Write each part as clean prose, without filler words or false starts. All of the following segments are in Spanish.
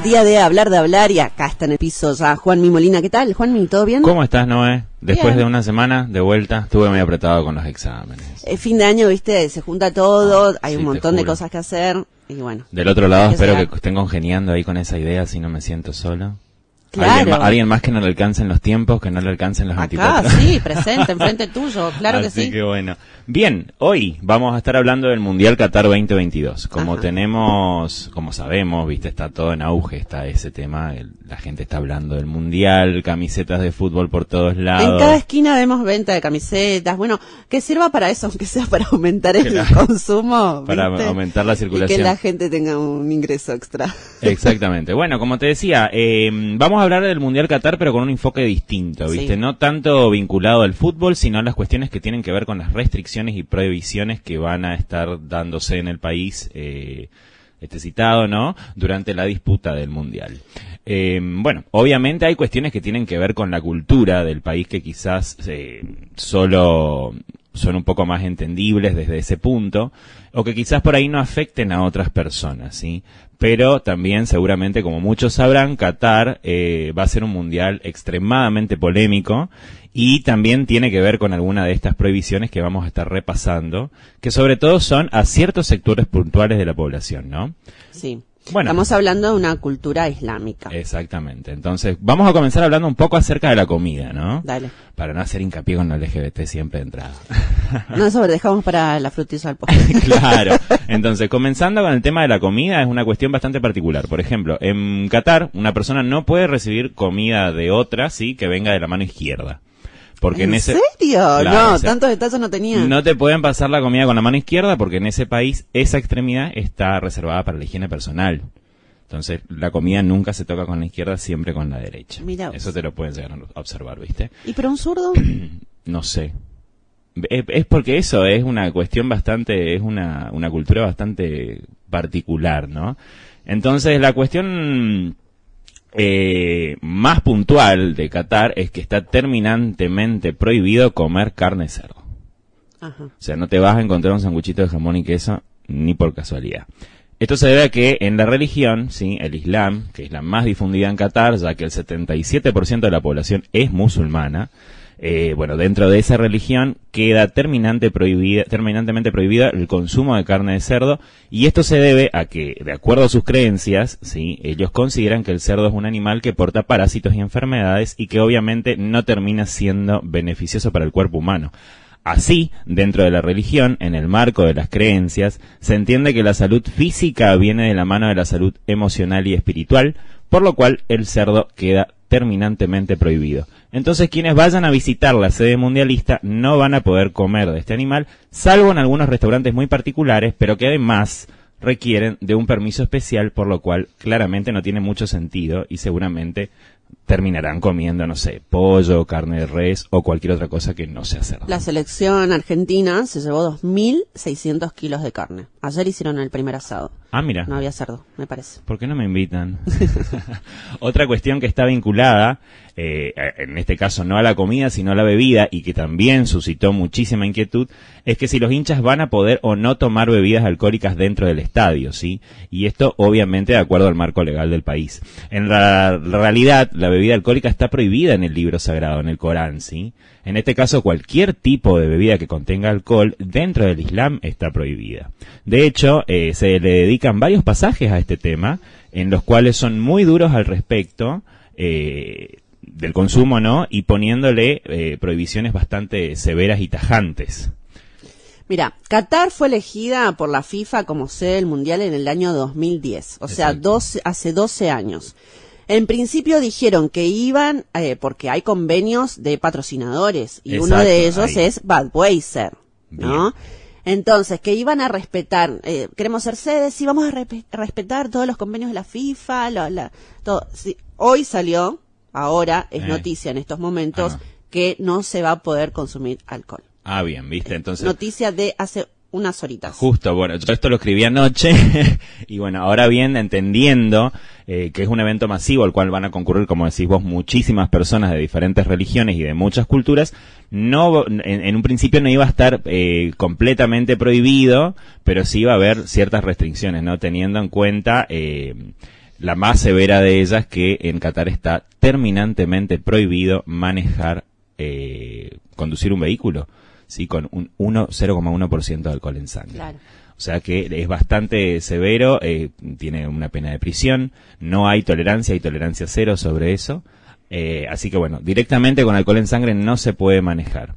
Día de hablar y acá está en el piso ya Juanmi Molina. ¿Qué tal, Juanmi? ¿Todo bien? ¿Cómo estás, Noé? Después Bien. de una semana de vuelta, estuve muy apretado con los exámenes. Fin de año, viste, se junta todo, hay sí, un montón de juro. cosas que hacer y bueno. Del otro lado, que espero sea. que estén congeniando ahí con esa idea, así no me siento solo. Claro. Alguien más que no le alcancen los tiempos, que no le alcancen los Acá, 24. sí, presente, enfrente tuyo, claro que sí. Así que bueno. Bien, hoy vamos a estar hablando del Mundial Qatar 2022. Como Ajá. como sabemos, viste, está todo en auge, está ese tema, la gente está hablando del Mundial, camisetas de fútbol por todos lados. En cada esquina vemos venta de camisetas, bueno, que sirva para eso, aunque sea para aumentar el Claro. consumo, Para ¿viste? aumentar la Y circulación. que la gente tenga un ingreso extra. Exactamente. Bueno, como te decía, vamos a hablar del Mundial Qatar, pero con un enfoque distinto, ¿viste? Sí. No tanto vinculado al fútbol, sino a las cuestiones que tienen que ver con las restricciones y prohibiciones que van a estar dándose en el país, citado, ¿no?, durante la disputa del Mundial. Bueno, obviamente hay cuestiones que tienen que ver con la cultura del país que quizás solo son un poco más entendibles desde ese punto, o que quizás por ahí no afecten a otras personas, ¿sí? Pero también, seguramente, como muchos sabrán, Qatar va a ser un mundial extremadamente polémico y también tiene que ver con alguna de estas prohibiciones que vamos a estar repasando, que sobre todo son a ciertos sectores puntuales de la población, ¿no? Sí. Bueno. Estamos hablando de una cultura islámica. Exactamente. Entonces, vamos a comenzar hablando un poco acerca de la comida, ¿no? Dale. Para no hacer hincapié con el LGBT siempre de entrada. No, eso lo dejamos para la frutilla al postre. Claro. Entonces, comenzando con el tema de la comida, es una cuestión bastante particular. Por ejemplo, en Qatar, una persona no puede recibir comida de otra, sí, que venga de la mano izquierda. Porque ¿En ese, serio? Claro, No, o sea, tantos detalles no tenía. no te pueden pasar la comida con la mano izquierda porque en ese país esa extremidad está reservada para la higiene personal. Entonces, la comida nunca se toca con la izquierda, siempre con la derecha. Mirá vos. Eso te lo pueden llegar a observar, ¿viste? ¿Y pero un zurdo? No sé. Es porque eso es una cuestión bastante, es una cultura bastante particular, ¿no? Entonces, la cuestión más puntual de Qatar es que está terminantemente prohibido comer carne de cerdo. Ajá. O sea, no te vas a encontrar un sanguchito de jamón y queso ni por casualidad. Esto se debe a que en la religión, sí, el Islam, que es la más difundida en Qatar, ya que el 77% de la población es musulmana, bueno, dentro de esa religión queda terminantemente prohibida el consumo de carne de cerdo, y esto se debe a que, de acuerdo a sus creencias, sí, ellos consideran que el cerdo es un animal que porta parásitos y enfermedades y que obviamente no termina siendo beneficioso para el cuerpo humano. Así, dentro de la religión, en el marco de las creencias, se entiende que la salud física viene de la mano de la salud emocional y espiritual, por lo cual el cerdo queda terminantemente prohibido. Entonces, quienes vayan a visitar la sede mundialista no van a poder comer de este animal, salvo en algunos restaurantes muy particulares, pero que además requieren de un permiso especial, por lo cual claramente no tiene mucho sentido y seguramente terminarán comiendo, no sé, pollo, carne de res o cualquier otra cosa que no sea cerdo. La selección argentina se llevó 2.600 kilos de carne. Ayer hicieron el primer asado. Ah, mira. No había cerdo, me parece. ¿Por qué no me invitan? Otra cuestión que está vinculada, en este caso no a la comida, sino a la bebida, y que también suscitó muchísima inquietud, es que si los hinchas van a poder o no tomar bebidas alcohólicas dentro del estadio, ¿sí? Y esto, obviamente, de acuerdo al marco legal del país. En la realidad, la bebida alcohólica está prohibida en el libro sagrado, en el Corán, ¿sí? En este caso, cualquier tipo de bebida que contenga alcohol dentro del Islam está prohibida. De hecho, se le dedican varios pasajes a este tema, en los cuales son muy duros al respecto del consumo, ¿no? Y poniéndole prohibiciones bastante severas y tajantes. Mira, Qatar fue elegida por la FIFA como sede del Mundial en el año 2010, o sea, Exacto. hace 12 años. En principio dijeron que iban, porque hay convenios de patrocinadores, y uno de ellos ahí. es Budweiser, ¿no? Bien. Entonces, que iban a respetar, queremos ser sede, sí, vamos a respetar todos los convenios de la FIFA, todo. Sí, hoy salió, ahora es noticia en estos momentos, que no se va a poder consumir alcohol. Ah, bien, ¿viste? Entonces, Noticia de hace unas horitas. justo, bueno, yo esto lo escribí anoche y bueno, ahora bien, entendiendo que es un evento masivo al cual van a concurrir, como decís vos, muchísimas personas de diferentes religiones y de muchas culturas, no, en un principio no iba a estar completamente prohibido, pero sí iba a haber ciertas restricciones, ¿no? Teniendo en cuenta la más severa de ellas, que en Qatar está terminantemente prohibido manejar, conducir un vehículo, ¿sí? Con un 0,1% de alcohol en sangre. Claro. O sea que es bastante severo, tiene una pena de prisión, no hay tolerancia cero sobre eso. Así que bueno, directamente con alcohol en sangre no se puede manejar.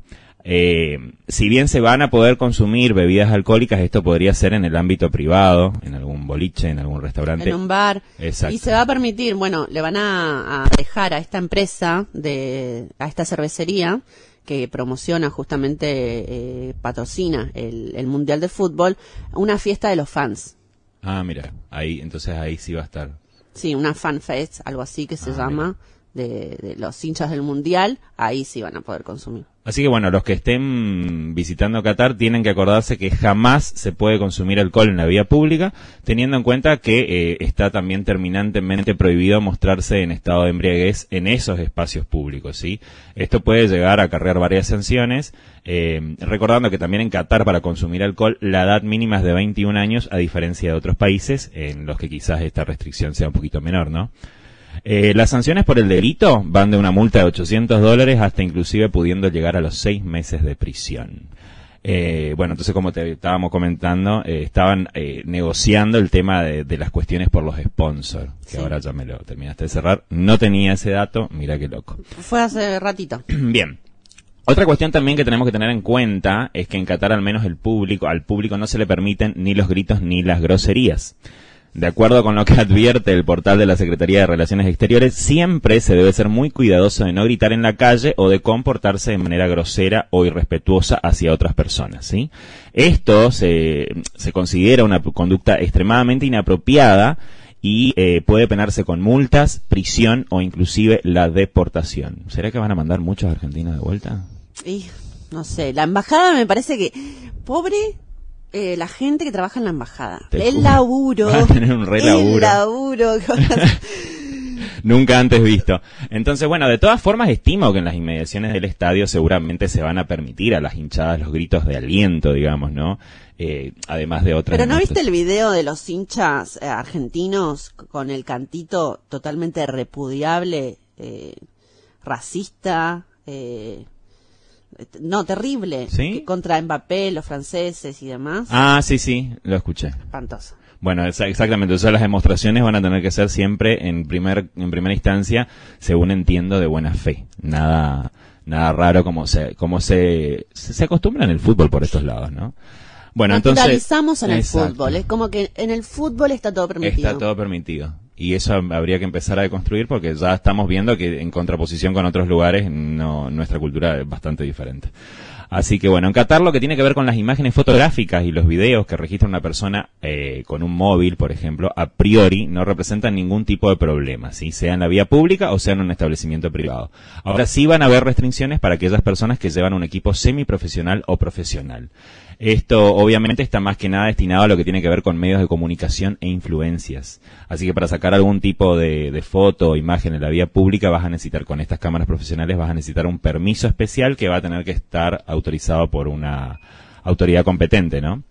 Si bien se van a poder consumir bebidas alcohólicas, esto podría ser en el ámbito privado, en algún boliche, en algún restaurante. En un bar. Exacto. Y se va a permitir, bueno, le van a dejar a esta empresa, a esta cervecería, que promociona justamente, patrocina el Mundial de Fútbol, una fiesta de los fans. Ah, mira, entonces ahí sí va a estar. Sí, una fan fest, algo así que se llama, de los hinchas del Mundial, ahí sí van a poder consumir. Así que bueno, los que estén visitando Qatar tienen que acordarse que jamás se puede consumir alcohol en la vía pública, teniendo en cuenta que está también terminantemente prohibido mostrarse en estado de embriaguez en esos espacios públicos, ¿sí? Esto puede llegar a acarrear varias sanciones, recordando que también en Qatar, para consumir alcohol, la edad mínima es de 21 años, a diferencia de otros países en los que quizás esta restricción sea un poquito menor, ¿no? Las sanciones por el delito van de una multa de $800 hasta inclusive pudiendo llegar a los 6 meses de prisión. Bueno, entonces, como te estábamos comentando, estaban negociando el tema de las cuestiones por los sponsors, que sí. Ahora ya me lo terminaste de cerrar. No tenía ese dato, mira qué loco. Fue hace ratito. Bien. Otra cuestión también que tenemos que tener en cuenta es que en Qatar, al menos al público no se le permiten ni los gritos ni las groserías. De acuerdo con lo que advierte el portal de la Secretaría de Relaciones Exteriores, siempre se debe ser muy cuidadoso de no gritar en la calle o de comportarse de manera grosera o irrespetuosa hacia otras personas, ¿sí? Esto se considera una conducta extremadamente inapropiada y puede penarse con multas, prisión o inclusive la deportación. ¿Será que van a mandar muchos argentinos de vuelta? Y, no sé, la embajada me parece que... Pobre... la gente que trabaja en la embajada. El laburo. Va a tener un re laburo. El laburo. Nunca antes visto. Entonces, bueno, de todas formas estimo que en las inmediaciones del estadio seguramente se van a permitir a las hinchadas los gritos de aliento, digamos, ¿no? Además de otras. Pero ¿no viste el video de los hinchas argentinos con el cantito totalmente repudiable, racista, no, terrible, ¿sí? Contra Mbappé, los franceses y demás? Ah, sí, lo escuché. Espantoso. Bueno, exactamente, o sea, las demostraciones van a tener que ser siempre en primera instancia, según entiendo, de buena fe. Nada raro como se acostumbra en el fútbol por estos lados, ¿no? Bueno, naturalizamos entonces, en el fútbol, es como que en el fútbol está todo permitido. Está todo permitido. Y eso habría que empezar a deconstruir porque ya estamos viendo que en contraposición con otros lugares nuestra cultura es bastante diferente. Así que bueno, en Qatar lo que tiene que ver con las imágenes fotográficas y los videos que registra una persona con un móvil, por ejemplo, a priori no representan ningún tipo de problema, ¿sí? Sea en la vía pública o sea en un establecimiento privado. Ahora sí van a haber restricciones para aquellas personas que llevan un equipo semiprofesional o profesional. Esto obviamente está más que nada destinado a lo que tiene que ver con medios de comunicación e influencias. Así que para sacar algún tipo de foto o imagen en la vía pública vas a necesitar, con estas cámaras profesionales, vas a necesitar un permiso especial que va a tener que estar autorizado por una autoridad competente, ¿no?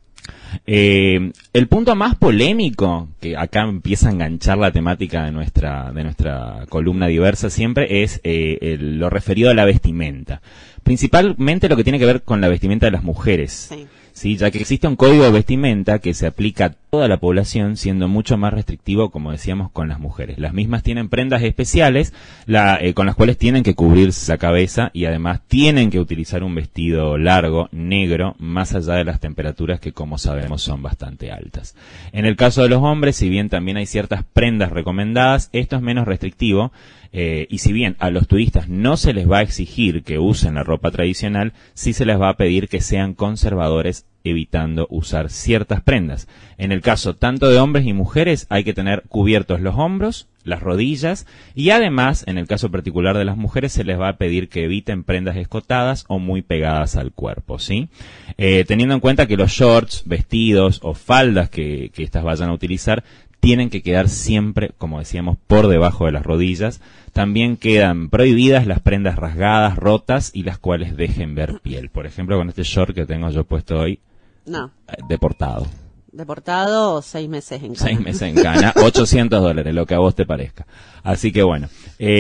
El punto más polémico, que acá empieza a enganchar la temática de nuestra columna diversa siempre, es lo referido a la vestimenta. Principalmente lo que tiene que ver con la vestimenta de las mujeres. Sí, ya que existe un código de vestimenta que se aplica a toda la población, siendo mucho más restrictivo, como decíamos, con las mujeres. Las mismas tienen prendas especiales con las cuales tienen que cubrirse la cabeza y además tienen que utilizar un vestido largo, negro, más allá de las temperaturas que, como sabemos, son bastante altas. En el caso de los hombres, si bien también hay ciertas prendas recomendadas, esto es menos restrictivo. Y si bien a los turistas no se les va a exigir que usen la ropa tradicional, sí se les va a pedir que sean conservadores, evitando usar ciertas prendas. En el caso tanto de hombres y mujeres hay que tener cubiertos los hombros, las rodillas y además, en el caso particular de las mujeres, se les va a pedir que eviten prendas escotadas o muy pegadas al cuerpo, ¿sí? Teniendo en cuenta que los shorts, vestidos o faldas que estas vayan a utilizar tienen que quedar siempre, como decíamos, por debajo de las rodillas. También quedan prohibidas las prendas rasgadas, rotas y las cuales dejen ver piel. Por ejemplo, con este short que tengo yo puesto hoy, no, deportado. Deportado 6 meses en cana. 6 meses en cana, $800, lo que a vos te parezca. Así que bueno,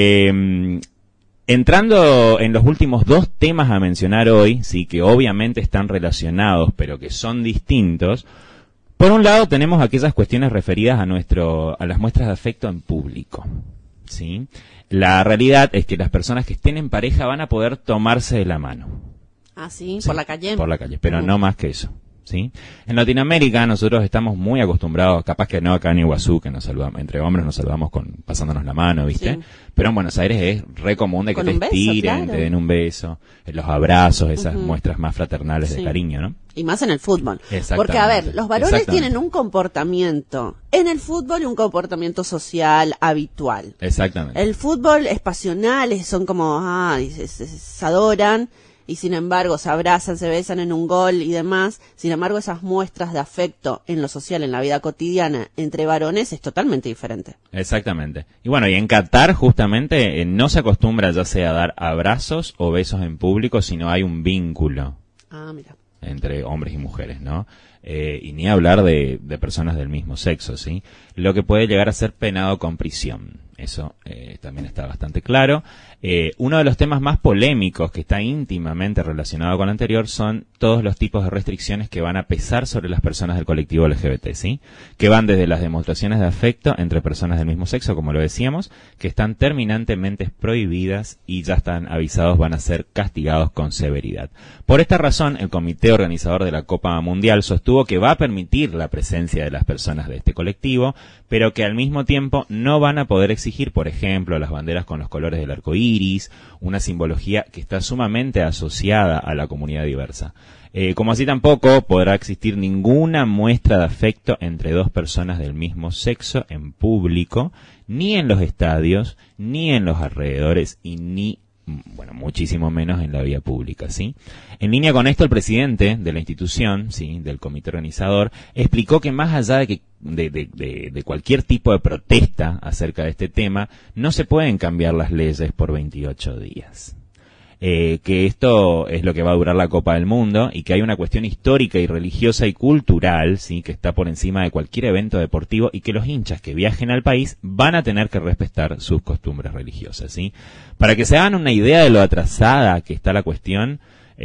entrando en los últimos 2 temas a mencionar hoy, sí, que obviamente están relacionados, pero que son distintos. Por un lado tenemos aquellas cuestiones referidas a las muestras de afecto en público, ¿sí? La realidad es que las personas que estén en pareja van a poder tomarse de la mano. Ah, sí, por la calle. Por la calle, pero no más que eso, ¿sí? En Latinoamérica nosotros estamos muy acostumbrados, capaz que no acá en Iguazú, que nos saludamos, entre hombres nos saludamos pasándonos la mano, ¿viste? Sí. Pero en Buenos Aires es re común de que te estiren, claro, te den un beso, los abrazos, esas muestras más fraternales de cariño, ¿no? Y más en el fútbol. Porque, a ver, los varones tienen un comportamiento en el fútbol y un comportamiento social habitual. Exactamente. El fútbol es pasional, son como, se adoran, y sin embargo se abrazan, se besan en un gol y demás. Sin embargo, esas muestras de afecto en lo social, en la vida cotidiana, entre varones, es totalmente diferente. Exactamente. Y bueno, y en Qatar justamente no se acostumbra ya sea a dar abrazos o besos en público, sino hay un vínculo. Ah, mira. Entre hombres y mujeres, ¿no? Y ni hablar de personas del mismo sexo, ¿sí? Lo que puede llegar a ser penado con prisión. Eso también está bastante claro. Uno de los temas más polémicos que está íntimamente relacionado con lo anterior son todos los tipos de restricciones que van a pesar sobre las personas del colectivo LGBT, ¿sí? Que van desde las demostraciones de afecto entre personas del mismo sexo, como lo decíamos, que están terminantemente prohibidas y ya están avisados van a ser castigados con severidad. Por esta razón, el comité organizador de la Copa Mundial sostuvo que va a permitir la presencia de las personas de este colectivo, pero que al mismo tiempo no van a poder exigir, por ejemplo, las banderas con los colores del arco iris, una simbología que está sumamente asociada a la comunidad diversa. Como así tampoco podrá existir ninguna muestra de afecto entre 2 personas del mismo sexo en público, ni en los estadios, ni en los alrededores, y ni, bueno, muchísimo menos en la vía pública, ¿sí? En línea con esto, el presidente de la institución, ¿sí?, del comité organizador, explicó que más allá de cualquier tipo de protesta acerca de este tema, no se pueden cambiar las leyes por 28 días. Que esto es lo que va a durar la Copa del Mundo y que hay una cuestión histórica y religiosa y cultural, sí, que está por encima de cualquier evento deportivo y que los hinchas que viajen al país van a tener que respetar sus costumbres religiosas, sí. Para que se hagan una idea de lo atrasada que está la cuestión,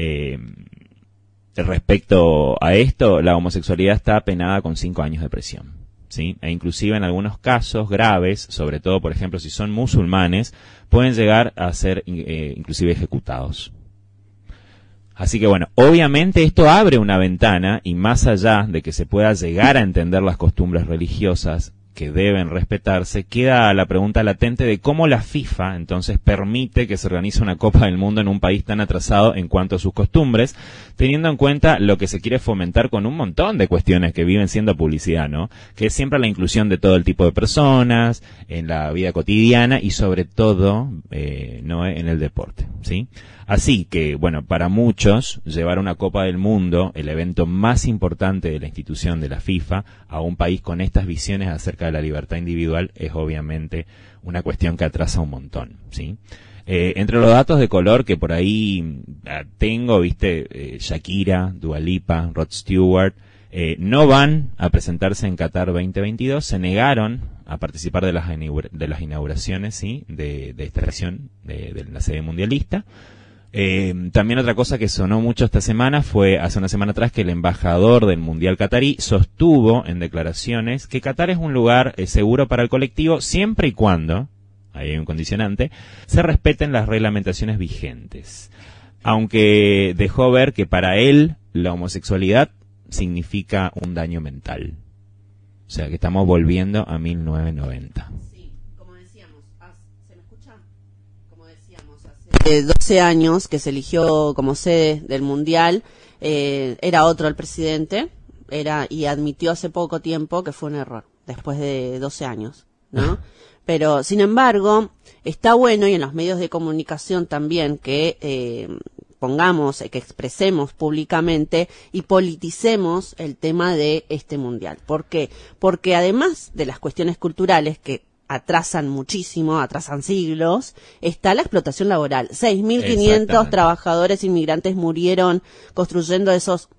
respecto a esto, la homosexualidad está penada con 5 años de prisión, ¿sí? E inclusive en algunos casos graves, sobre todo, por ejemplo, si son musulmanes, pueden llegar a ser inclusive ejecutados. Así que bueno, obviamente esto abre una ventana y más allá de que se pueda llegar a entender las costumbres religiosas que deben respetarse, queda la pregunta latente de cómo la FIFA entonces permite que se organice una Copa del Mundo en un país tan atrasado en cuanto a sus costumbres, teniendo en cuenta lo que se quiere fomentar con un montón de cuestiones que viven siendo publicidad, ¿no? Que es siempre la inclusión de todo el tipo de personas en la vida cotidiana y sobre todo no en el deporte, ¿sí? Así que, bueno, para muchos, llevar una Copa del Mundo, el evento más importante de la institución de la FIFA, a un país con estas visiones acerca de la libertad individual es obviamente una cuestión que atrasa un montón, ¿sí? Entre los datos de color que por ahí tengo, viste, Shakira, Dua Lipa, Rod Stewart, no van a presentarse en Qatar 2022, se negaron a participar de las inauguraciones, ¿sí?, de esta edición de la sede mundialista. También otra cosa que sonó mucho esta semana fue hace una semana atrás que el embajador del Mundial Qatarí sostuvo en declaraciones que Qatar es un lugar seguro para el colectivo siempre y cuando, ahí hay un condicionante, se respeten las reglamentaciones vigentes. Aunque dejó ver que para él la homosexualidad significa un daño mental. O sea que estamos volviendo a 1990. 12 años que se eligió como sede del Mundial, era otro el presidente, y admitió hace poco tiempo que fue un error, después de 12 años, ¿no? Pero, sin embargo, está bueno, y en los medios de comunicación también, que que expresemos públicamente y politicemos el tema de este Mundial. ¿Por qué? Porque además de las cuestiones culturales que atrasan muchísimo, atrasan siglos, está la explotación laboral. 6.500 trabajadores inmigrantes murieron construyendo esos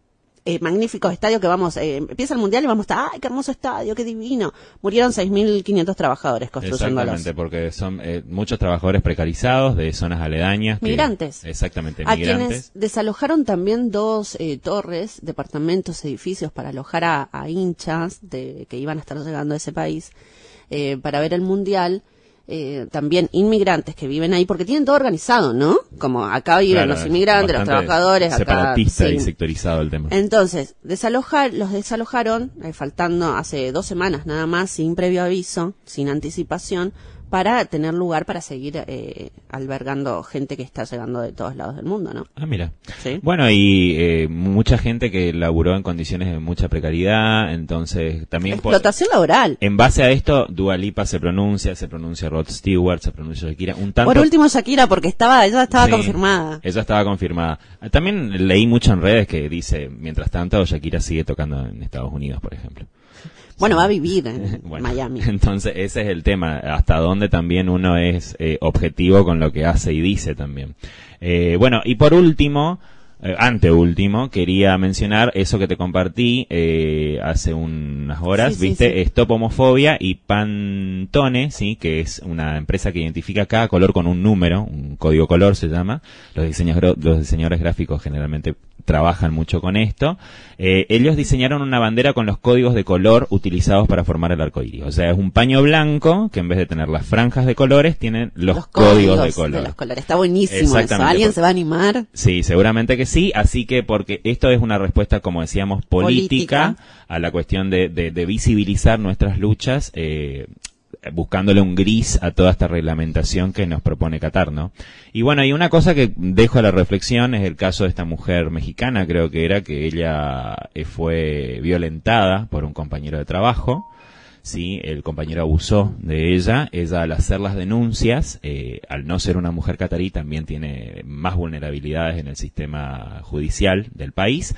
magníficos estadios que vamos, empieza el mundial y vamos a estar, ¡ay, qué hermoso estadio, qué divino! Murieron 6.500 trabajadores construyéndolos. Exactamente, porque son muchos trabajadores precarizados de zonas aledañas. Migrantes. Exactamente, a migrantes. Quienes desalojaron también 2 torres, departamentos, edificios para alojar a hinchas que iban a estar llegando a ese país para ver el mundial. También inmigrantes que viven ahí, porque tienen todo organizado, ¿no? Como acá viven los inmigrantes, los trabajadores, separatista acá, y sectorizado el tema. Entonces, los desalojaron, faltando hace 2 semanas nada más, sin previo aviso, sin anticipación, para tener lugar para seguir albergando gente que está llegando de todos lados del mundo, ¿no? Ah, mira. ¿Sí? Bueno, y mucha gente que laburó en condiciones de mucha precariedad, entonces también... Explotación laboral. En base a esto, Dua Lipa se pronuncia Rod Stewart, se pronuncia Shakira, un tanto... Por último Shakira, porque ella estaba confirmada. Ella estaba confirmada. También leí mucho en redes que dice, mientras tanto, Shakira sigue tocando en Estados Unidos, por ejemplo. Bueno, va a vivir en Miami. Entonces, ese es el tema, hasta dónde también uno es objetivo con lo que hace y dice también. Bueno, y por último, anteúltimo, quería mencionar eso que te compartí hace unas horas, ¿viste? Stop Homofobia y Pantone, ¿sí? Que es una empresa que identifica cada color con un número, un código color se llama. Los diseñadores gráficos generalmente trabajan mucho con esto. Ellos diseñaron una bandera con los códigos de color utilizados para formar el arco iris. O sea, es un paño blanco que en vez de tener las franjas de colores, tienen los códigos de color. Los colores. Está buenísimo eso. ¿Alguien se va a animar? Sí, seguramente que sí. Así que, porque esto es una respuesta, como decíamos, política a la cuestión de visibilizar nuestras luchas, buscándole un gris a toda esta reglamentación que nos propone Qatar, ¿no? Y bueno, y una cosa que dejo a la reflexión es el caso de esta mujer mexicana, creo que era, que ella fue violentada por un compañero de trabajo, ¿sí? El compañero abusó de ella al hacer las denuncias, al no ser una mujer catarí, también tiene más vulnerabilidades en el sistema judicial del país,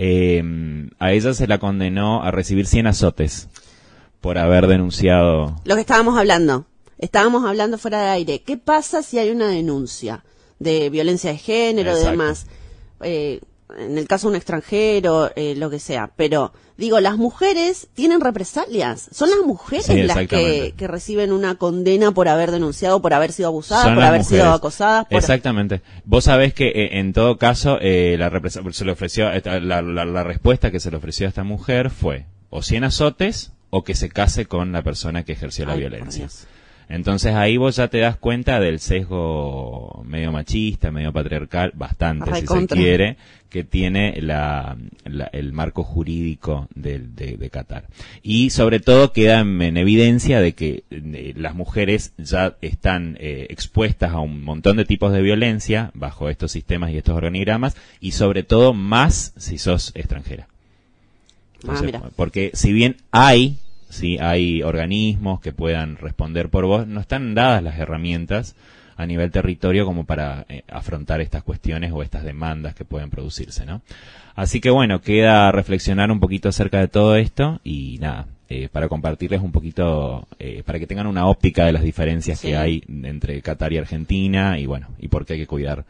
a ella se la condenó a recibir 100 azotes por haber denunciado. Lo que estábamos hablando fuera de aire. ¿Qué pasa si hay una denuncia de violencia de género, Exacto. de demás? En el caso de un extranjero, lo que sea. Pero, digo, las mujeres tienen represalias. Son las mujeres las que reciben una condena por haber denunciado, por haber sido abusadas, por haber sido acosadas. Exactamente. Vos sabés que en todo caso, la respuesta que se le ofreció a esta mujer fue o 100 azotes o que se case con la persona que ejerció la violencia. Entonces ahí vos ya te das cuenta del sesgo medio machista, medio patriarcal, bastante si se quiere, que tiene el marco jurídico de Qatar. Y sobre todo queda en evidencia de que las mujeres ya están expuestas a un montón de tipos de violencia bajo estos sistemas y estos organigramas, y sobre todo más si sos extranjera. Entonces, porque si bien hay organismos que puedan responder por vos, no están dadas las herramientas a nivel territorio como para afrontar estas cuestiones o estas demandas que pueden producirse, ¿no? Así que bueno, queda reflexionar un poquito acerca de todo esto y nada, para compartirles un poquito, para que tengan una óptica de las diferencias que hay entre Qatar y Argentina y bueno, y por qué hay que cuidar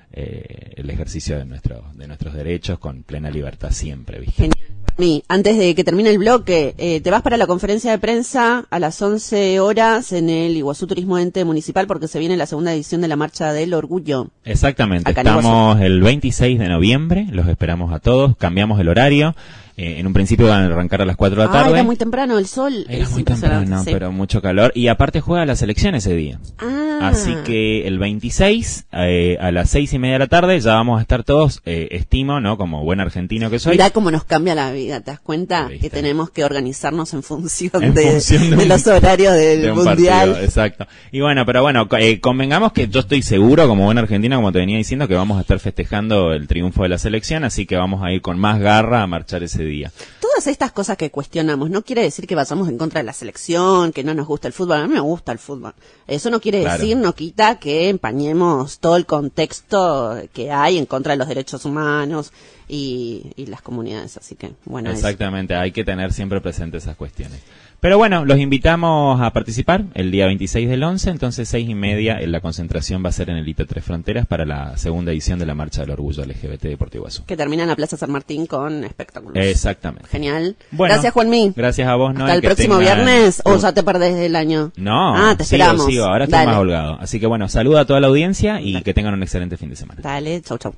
el ejercicio de nuestros derechos con plena libertad siempre, ¿viste? Genial. Antes de que termine el bloque, te vas para la conferencia de prensa a las 11 horas en el Iguazú Turismo Ente Municipal porque se viene la segunda edición de la Marcha del Orgullo. Exactamente, estamos el 26 de noviembre, los esperamos a todos, cambiamos el horario. En un principio van a arrancar a las 4 de la tarde. Era muy temprano el sol. Era muy temprano, pero mucho calor. Y aparte juega la selección ese día. Así que el 26 a las 6:30 de la tarde ya vamos a estar todos, estimo, ¿no? Como buen argentino que soy. Mirá cómo nos cambia la vida, ¿te das cuenta? Que tenemos que organizarnos en función de los horarios del mundial. Partido, exacto. Y bueno, pero bueno, convengamos que yo estoy seguro, como buen argentino, como te venía diciendo, que vamos a estar festejando el triunfo de la selección, así que vamos a ir con más garra a marchar ese día. Todas estas cosas que cuestionamos no quiere decir que vayamos en contra de la selección, que no nos gusta el fútbol. A mí me gusta el fútbol. Eso no quiere decir, no quita que empañemos todo el contexto que hay en contra de los derechos humanos y las comunidades. Así que, bueno. Exactamente, hay que tener siempre presente esas cuestiones. Pero bueno, los invitamos a participar el día 26 del 11, entonces 6:30 la concentración va a ser en el Hito Tres Fronteras para la segunda edición de la Marcha del Orgullo LGBT de Puerto Iguazú. Que termina en la Plaza San Martín con espectáculos. Exactamente. Genial. Bueno, gracias, Juanmi. Gracias a vos, Noel. Hasta el próximo viernes, o ya te perdés el año. No, te esperamos. Sigo, ahora estoy más holgado. Así que bueno, saluda a toda la audiencia y que tengan un excelente fin de semana. Dale, chau, chau.